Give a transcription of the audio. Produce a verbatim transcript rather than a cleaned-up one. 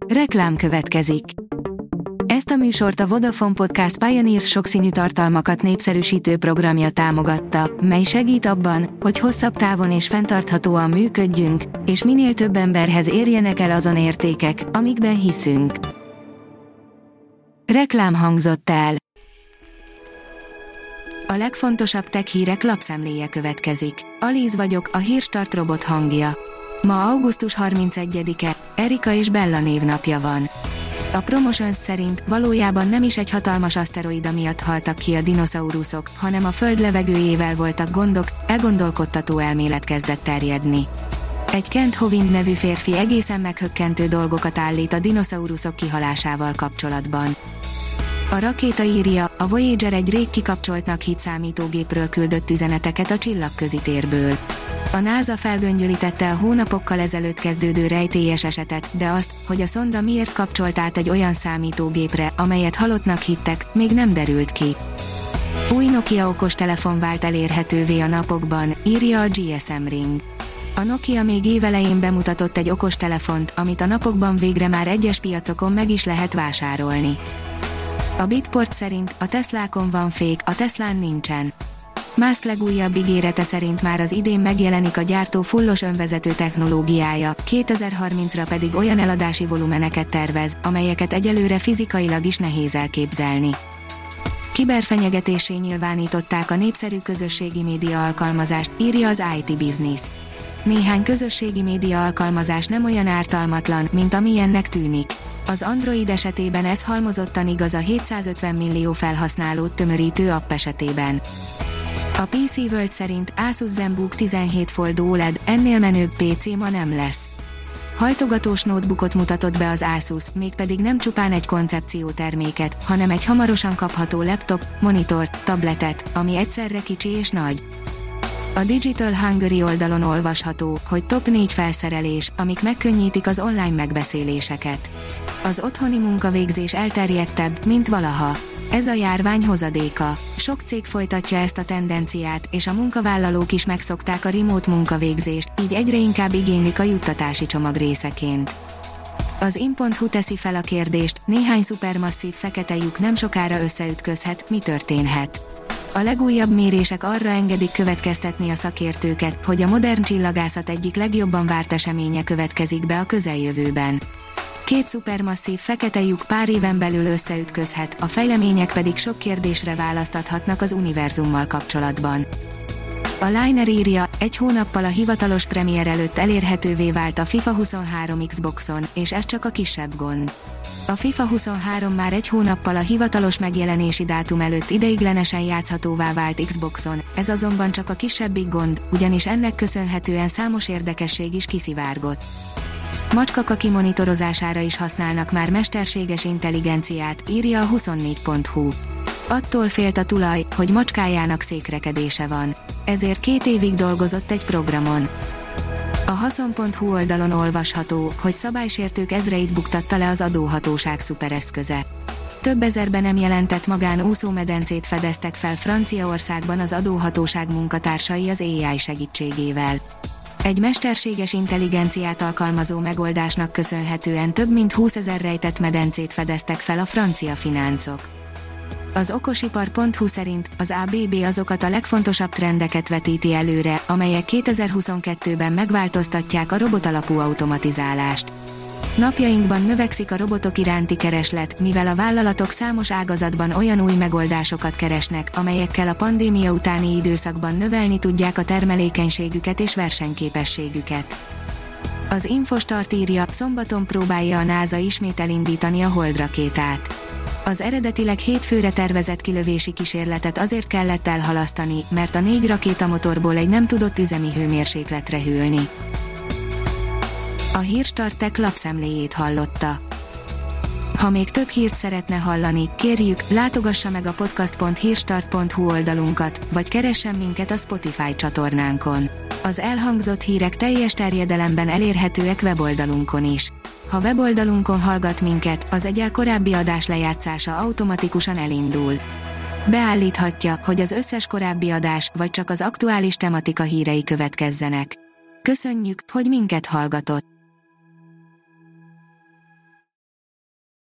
Reklám következik. Ezt a műsort a Vodafone Podcast Pioneers sokszínű tartalmakat népszerűsítő programja támogatta, mely segít abban, hogy hosszabb távon és fenntarthatóan működjünk, és minél több emberhez érjenek el azon értékek, amikben hiszünk. Reklám hangzott el. A legfontosabb tech hírek lapszemléje következik. Alíz vagyok, a Hírstart robot hangja. Ma augusztus harmincegyedike, Erika és Bella névnapja van. A Promotions szerint valójában nem is egy hatalmas aszteroida miatt haltak ki a dinoszauruszok, hanem a Föld levegőjével voltak gondok, elgondolkodtató elmélet kezdett terjedni. Egy Kent Hovind nevű férfi egészen meghökkentő dolgokat állít a dinoszauruszok kihalásával kapcsolatban. A rakéta írja, a Voyager egy rég kikapcsoltnak hitt számítógépről küldött üzeneteket a csillagközi térből. A NASA felgöngyölítette a hónapokkal ezelőtt kezdődő rejtélyes esetet, de azt, hogy a szonda miért kapcsolt át egy olyan számítógépre, amelyet halottnak hittek, még nem derült ki. Új Nokia okostelefon vált elérhetővé a napokban, írja a gé es em Ring. A Nokia még évelején bemutatott egy okostelefont, amit a napokban végre már egyes piacokon meg is lehet vásárolni. A Bitport szerint a Teslákon van fék, a Teslán nincsen. Musk legújabb ígérete szerint már az idén megjelenik a gyártó fullos önvezető technológiája, kétezer-harmincra pedig olyan eladási volumeneket tervez, amelyeket egyelőre fizikailag is nehéz elképzelni. Kiberfenyegetésé nyilvánították a népszerű közösségi média alkalmazást, írja az i té Business. Néhány közösségi média alkalmazás nem olyan ártalmatlan, mint amilyennek tűnik. Az Android esetében ez halmozottan igaz a hétszázötven millió felhasználót tömörítő app esetében. A pé cé World szerint Asus ZenBook tizenhét Fold o el e dé, ennél menőbb pé cé ma nem lesz. Hajtogatós notebookot mutatott be az Asus, mégpedig nem csupán egy koncepcióterméket, hanem egy hamarosan kapható laptop, monitor, tabletet, ami egyszerre kicsi és nagy. A Digital Hungary oldalon olvasható, hogy top négy felszerelés, amik megkönnyítik az online megbeszéléseket. Az otthoni munkavégzés elterjedtebb, mint valaha. Ez a járvány hozadéka. Sok cég folytatja ezt a tendenciát, és a munkavállalók is megszokták a remote munkavégzést, így egyre inkább igénylik a juttatási csomag részeként. Az in pont hu teszi fel a kérdést, néhány szupermasszív fekete lyuk nem sokára összeütközhet, mi történhet. A legújabb mérések arra engedik következtetni a szakértőket, hogy a modern csillagászat egyik legjobban várt eseménye következik be a közeljövőben. Két szupermasszív fekete lyuk pár éven belül összeütközhet, a fejlemények pedig sok kérdésre választ adhatnak az univerzummal kapcsolatban. A Liner írja, egy hónappal a hivatalos premier előtt elérhetővé vált a FIFA huszonhárom Xboxon, és ez csak a kisebb gond. A FIFA huszonhárom már egy hónappal a hivatalos megjelenési dátum előtt ideiglenesen játszhatóvá vált Xboxon, ez azonban csak a kisebbik gond, ugyanis ennek köszönhetően számos érdekesség is kiszivárgott. Macskakaki monitorozására is használnak már mesterséges intelligenciát, írja a huszonnégy pont hu. Attól félt a tulaj, hogy macskájának székrekedése van. Ezért két évig dolgozott egy programon. A haszon pont hu oldalon olvasható, hogy szabálysértők ezreit buktatta le az adóhatóság szupereszköze. Több ezerben nem jelentett magán úszómedencét fedeztek fel Franciaországban az adóhatóság munkatársai az á i segítségével. Egy mesterséges intelligenciát alkalmazó megoldásnak köszönhetően több mint húszezer rejtett medencét fedeztek fel a francia fináncok. Az okosipar pont hu szerint az á bé bé azokat a legfontosabb trendeket vetíti előre, amelyek kétezer-huszonkettőben megváltoztatják a robotalapú automatizálást. Napjainkban növekszik a robotok iránti kereslet, mivel a vállalatok számos ágazatban olyan új megoldásokat keresnek, amelyekkel a pandémia utáni időszakban növelni tudják a termelékenységüket és versenyképességüket. Az Infostart írja, szombaton próbálja a NASA ismét elindítani a Hold rakétát. Az eredetileg hétfőre tervezett kilövési kísérletet azért kellett elhalasztani, mert a négy rakétamotorból egy nem tudott üzemi hőmérsékletre hűlni. A Hírstart Tech lapszemléjét hallotta. Ha még több hírt szeretne hallani, kérjük, látogassa meg a podcast pont hírstart pont hu oldalunkat, vagy keressen minket a Spotify csatornánkon. Az elhangzott hírek teljes terjedelemben elérhetőek weboldalunkon is. Ha weboldalunkon hallgat minket, az egyel korábbi adás lejátszása automatikusan elindul. Beállíthatja, hogy az összes korábbi adás, vagy csak az aktuális tematika hírei következzenek. Köszönjük, hogy minket hallgatott!